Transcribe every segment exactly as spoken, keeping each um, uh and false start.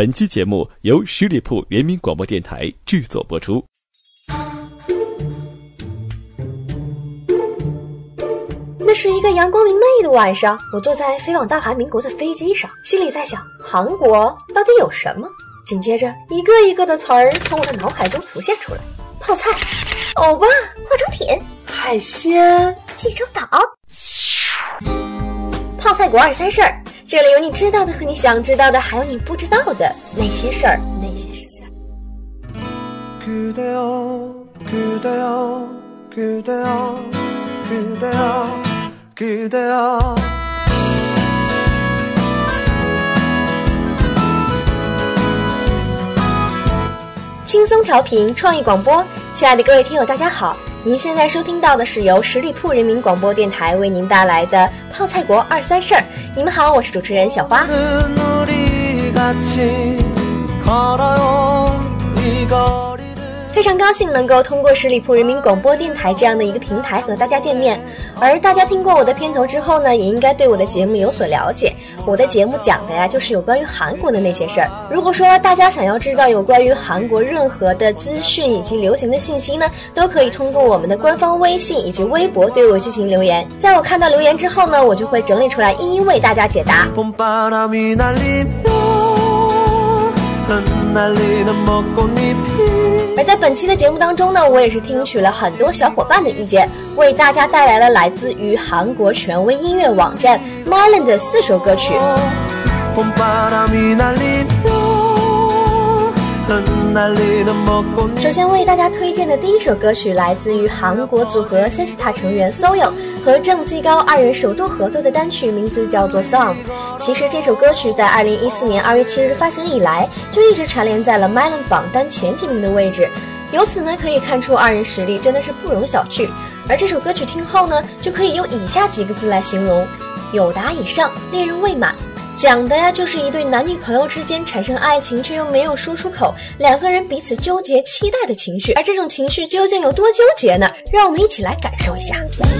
本期节目由十里铺人民广播电台制作播出。 那是一个阳光明媚的晚上，我坐在飞往大韩民国的飞机上，心里在想，韩国到底有什么？紧接着，一个一个的词儿从我的脑海中浮现出来：泡菜、欧巴、化妆品、 海鲜、 济州岛。泡菜国二三事儿，这里有你知道的和你想知道的，还有你不知道的那些事儿，那些事儿。轻松调频，创意广播，亲爱的各位听友，大家好！您现在收听到的是由十里铺人民广播电台为您带来的泡菜国二三事儿。你们好，我是主持人小花。非常高兴能够通过十里铺人民广播电台这样的一个平台和大家见面，而大家听过我的片头之后呢，也应该对我的节目有所了解。我的节目讲的呀，就是有关于韩国的那些事儿。如果说大家想要知道有关于韩国任何的资讯以及流行的信息呢，都可以通过我们的官方微信以及微博对我进行留言。在我看到留言之后呢，我就会整理出来一一为大家解答。而在本期的节目当中呢，我也是听取了很多小伙伴的意见，为大家带来了来自于韩国权威音乐网站 Mylan 的四首歌曲。首先为大家推荐的第一首歌曲来自于韩国组合 Sistar 成员 Soyeon 和郑继高二人首度合作的单曲，名字叫做 Song。 其实这首歌曲在二零一四年二月七日发行以来，就一直蝉联在了 Mylan 榜单前几名的位置，由此呢可以看出二人实力真的是不容小觑。而这首歌曲听后呢，就可以用以下几个字来形容：有达以上，恋人未满。讲的呀，就是一对男女朋友之间产生爱情却又没有说出口，两个人彼此纠结期待的情绪。而这种情绪究竟有多纠结呢？让我们一起来感受一下。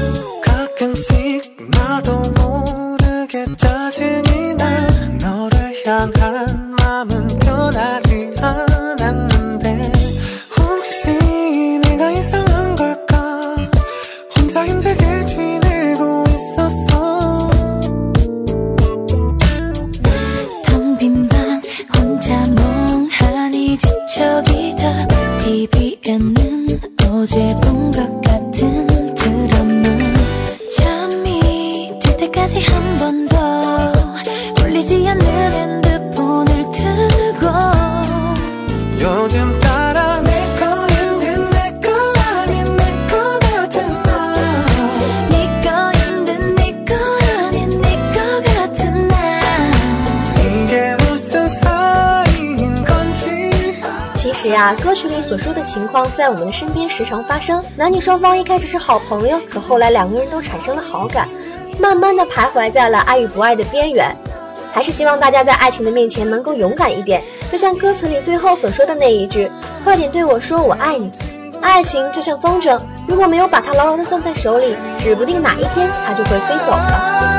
歌曲里所说的情况在我们的身边时常发生，男女双方一开始是好朋友，可后来两个人都产生了好感，慢慢的徘徊在了爱与不爱的边缘。还是希望大家在爱情的面前能够勇敢一点，就像歌词里最后所说的那一句，快点对我说我爱你。爱情就像风筝，如果没有把它牢牢的攥在手里，指不定哪一天它就会飞走了。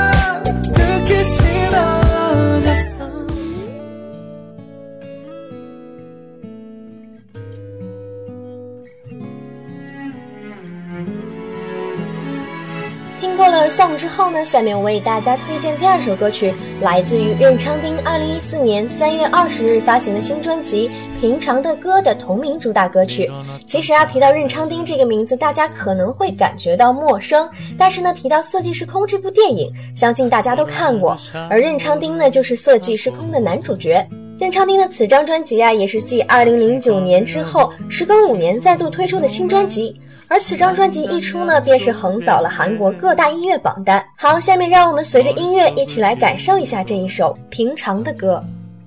听过了 Song 之后呢，下面我为大家推荐第二首歌曲，来自于任昌丁二零一四年三月二十日发行的新专辑《平常的歌》的同名主打歌曲。其实啊，提到任昌丁这个名字，大家可能会感觉到陌生，但是呢，提到《色即是空》这部电影，相信大家都看过，而任昌丁呢，就是《色即是空》的男主角。任昌丁的此张专辑啊，也是继二零零九年之后时隔五年再度推出的新专辑，而此张专辑一出呢，便是横扫了韩国各大音乐榜单。好，下面让我们随着音乐一起来感受一下这一首平常的歌。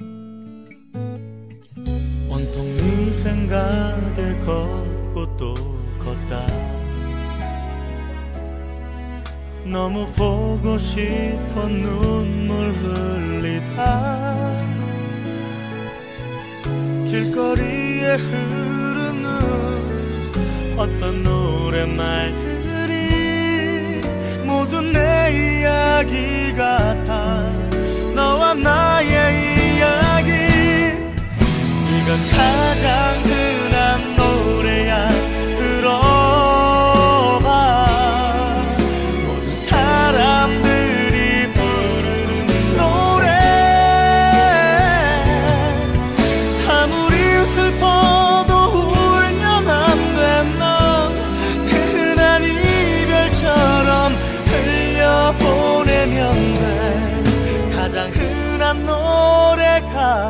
너무 보고 싶어 눈물 흘리다 길거리에 흐르는 어떤 노랫말들이 모두 내 이야기 같아 너와 나의 이야기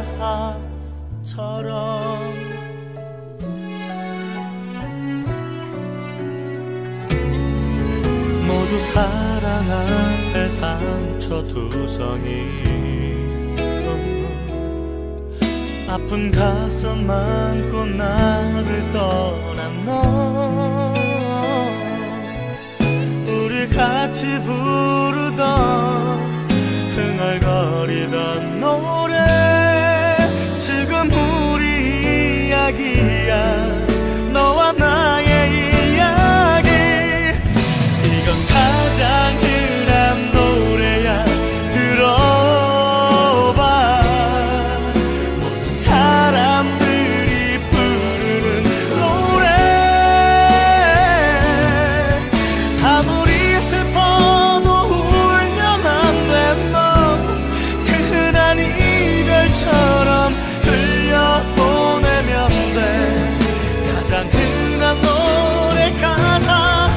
가사처럼 모두 사랑할 상처투성이 아픈 가슴 안고 나를 떠난 너 우리 같이 부르던 흥얼거리던 노래 지금 우리 이야기야 너와 나의 이야기 이건 가장 흔한 노래야 들어봐 모든 사람들이 부르는 노래 아무리 슬퍼도 울면 안 돼 넌 그 흔한 이별처럼 흘려보내면 돼 가장 흔한 노래 가사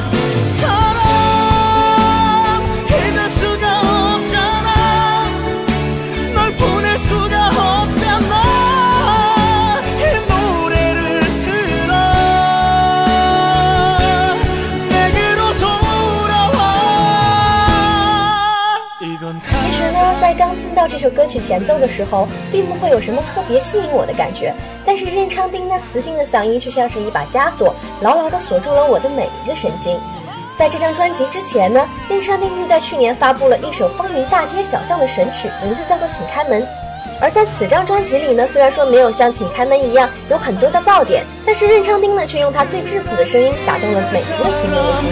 其实呢，在刚听到这首歌曲前奏的时候，并不会有什么特别吸引我的感觉，但是任昌丁那磁性的嗓音却像是一把枷锁，牢牢地锁住了我的每一个神经。在这张专辑之前呢，任昌丁就在去年发布了一首风靡大街小巷的神曲，名字叫做《请开门》。而在此张专辑里呢，虽然说没有像《请开门》一样有很多的爆点，但是任昌丁呢却用他最质朴的声音打动了每一位听众的心。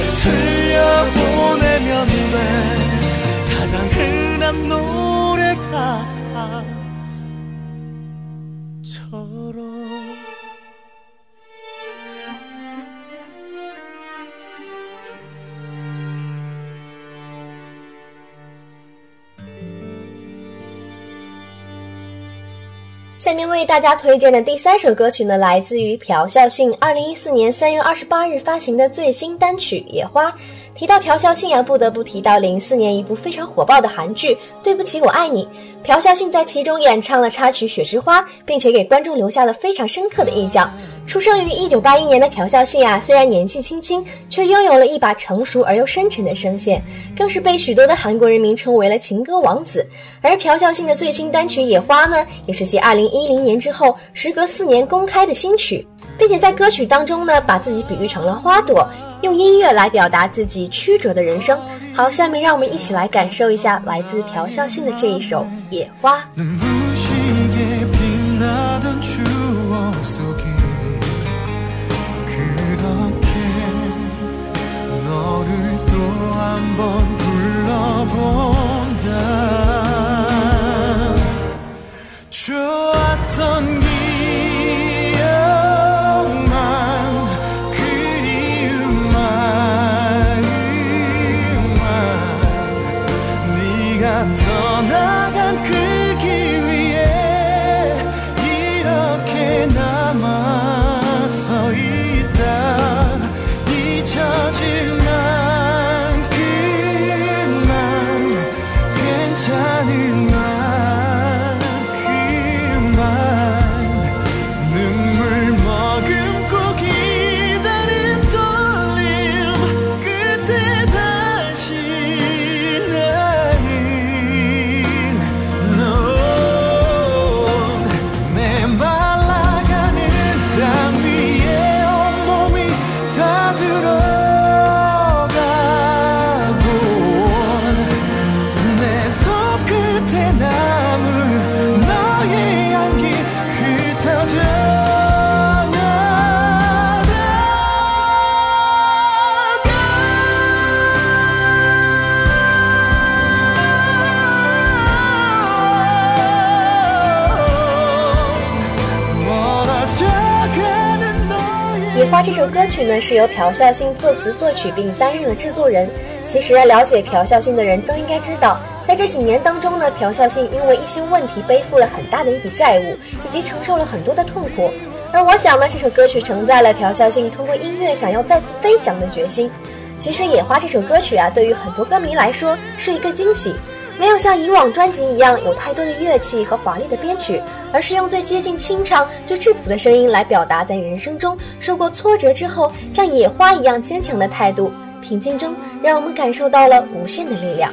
가장 흔한 노래 가사처럼 下面为大家推荐的第三首歌曲呢，来自于朴孝信二零一四年三月二十八日发行的最新单曲《野花》。提到朴孝信啊，不得不提到零四年一部非常火爆的韩剧《对不起我爱你》。朴孝信在其中演唱了插曲《雪之花》，并且给观众留下了非常深刻的印象。出生于一九八一年的朴孝信啊，虽然年纪轻轻，却拥有了一把成熟而又深沉的声线，更是被许多的韩国人民称为了情歌王子。而朴孝信的最新单曲《野花》呢，也是继二零一零年之后，时隔四年公开的新曲，并且在歌曲当中呢，把自己比喻成了花朵，用音乐来表達自己曲折的人生。好，下面让我们一起来感受一下来自朴孝信的这一首《野花》。 떠나간 그 길 위에 이렇게 남아 서 있다 잊혀질 만큼만 괜찮은 만큼만 눈물 머금고 기다린 떨림 끝에 다시 《野花》这首歌曲呢，是由朴孝信作词作曲并担任了制作人。其实啊，了解朴孝信的人都应该知道，在这几年当中呢，朴孝信因为一些问题背负了很大的一笔债务，以及承受了很多的痛苦。而我想呢，这首歌曲承载了朴孝信通过音乐想要再次飞翔的决心。其实《野花》这首歌曲啊，对于很多歌迷来说是一个惊喜，没有像以往专辑一样有太多的乐器和华丽的编曲， 而是用最接近清唱、最质朴的声音来表达在人生中受过挫折之后像野花一样坚强的态度。平静中让我们感受到了无限的力量。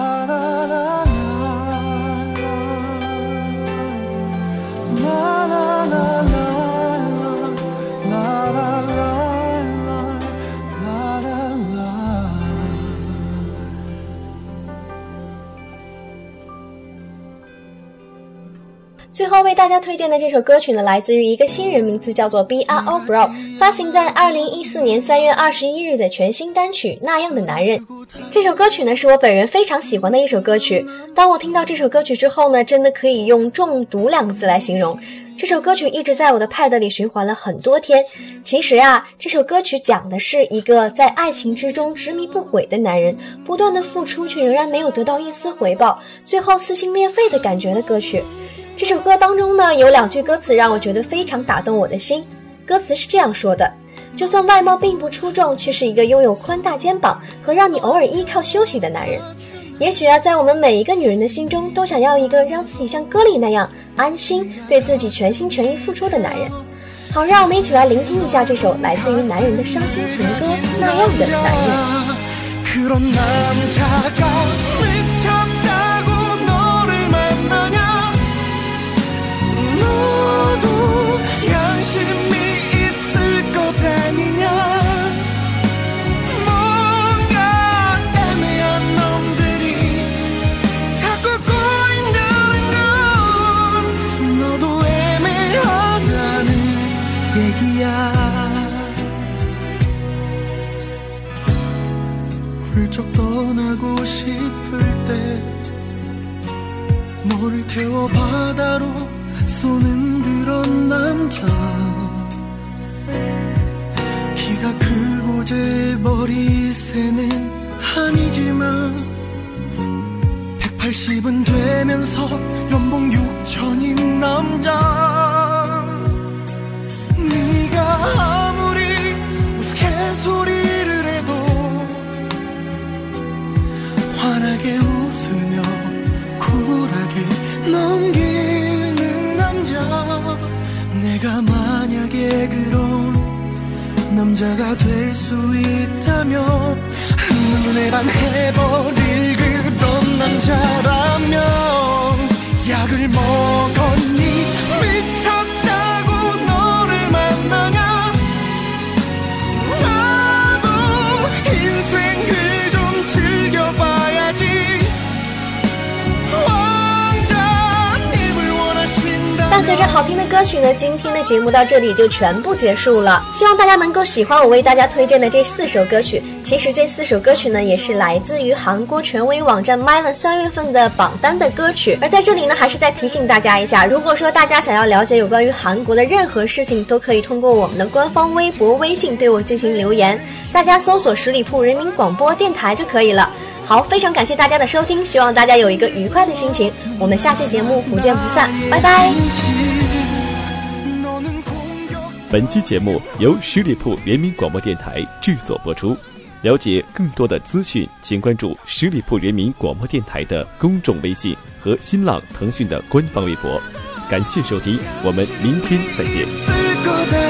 最后为大家推荐的这首歌曲呢，来自于一个新人，名字叫做 B R O Bro， 发行在二零一四年三月二十一日的全新单曲《那样的男人》。这首歌曲呢，是我本人非常喜欢的一首歌曲。当我听到这首歌曲之后呢，真的可以用中毒两个字来形容。这首歌曲一直在我的 pad 里循环了很多天。其实啊，这首歌曲讲的是一个在爱情之中执迷不悔的男人，不断的付出却仍然没有得到一丝回报，最后撕心裂肺的感觉的歌曲。这首歌当中呢，有两句歌词让我觉得非常打动我的心。歌词是这样说的：就算外貌并不出众，却是一个拥有宽大肩膀和让你偶尔依靠休息的男人。也许啊，在我们每一个女人的心中，都想要一个让自己像歌里那样安心，对自己全心全意付出的男人。好，让我们一起来聆听一下这首来自于男人的伤心情歌《那样的男人》。 훌쩍 떠나고 싶을 때 너를 태워 바다로 쏘는 그런 남자 키가 크고 제 머리새는 아니지만 백팔십은 되면서 연봉 육천인 남자 네가 아무리 우스갯소리를 해도 환하게 웃으며 쿨하게 넘기는 남자 내가 만약에 그런 남자가 될 수 있다면 눈에 반해버릴 그런 남자라면 약을 먹었니 미쳤다고 너를 만나냐 나도 인생을 좀 즐겨봐야지 왕자님을 원하신다。 伴随着好听的歌曲呢，今天的节目到这里就全部结束了。希望大家能够喜欢我为大家推荐的这四首歌曲。其实这四首歌曲呢，也是来自于韩国权威网站 Mylan 三月份的榜单的歌曲。而在这里呢，还是再提醒大家一下，如果说大家想要了解有关于韩国的任何事情，都可以通过我们的官方微博、微信对我进行留言，大家搜索十里铺人民广播电台就可以了。好，非常感谢大家的收听，希望大家有一个愉快的心情。我们下期节目不见不散，拜拜。 本期节目由十里铺人民广播电台制作播出。了解更多的资讯，请关注十里铺人民广播电台的公众微信和新浪、腾讯的官方微博。感谢收听，我们明天再见。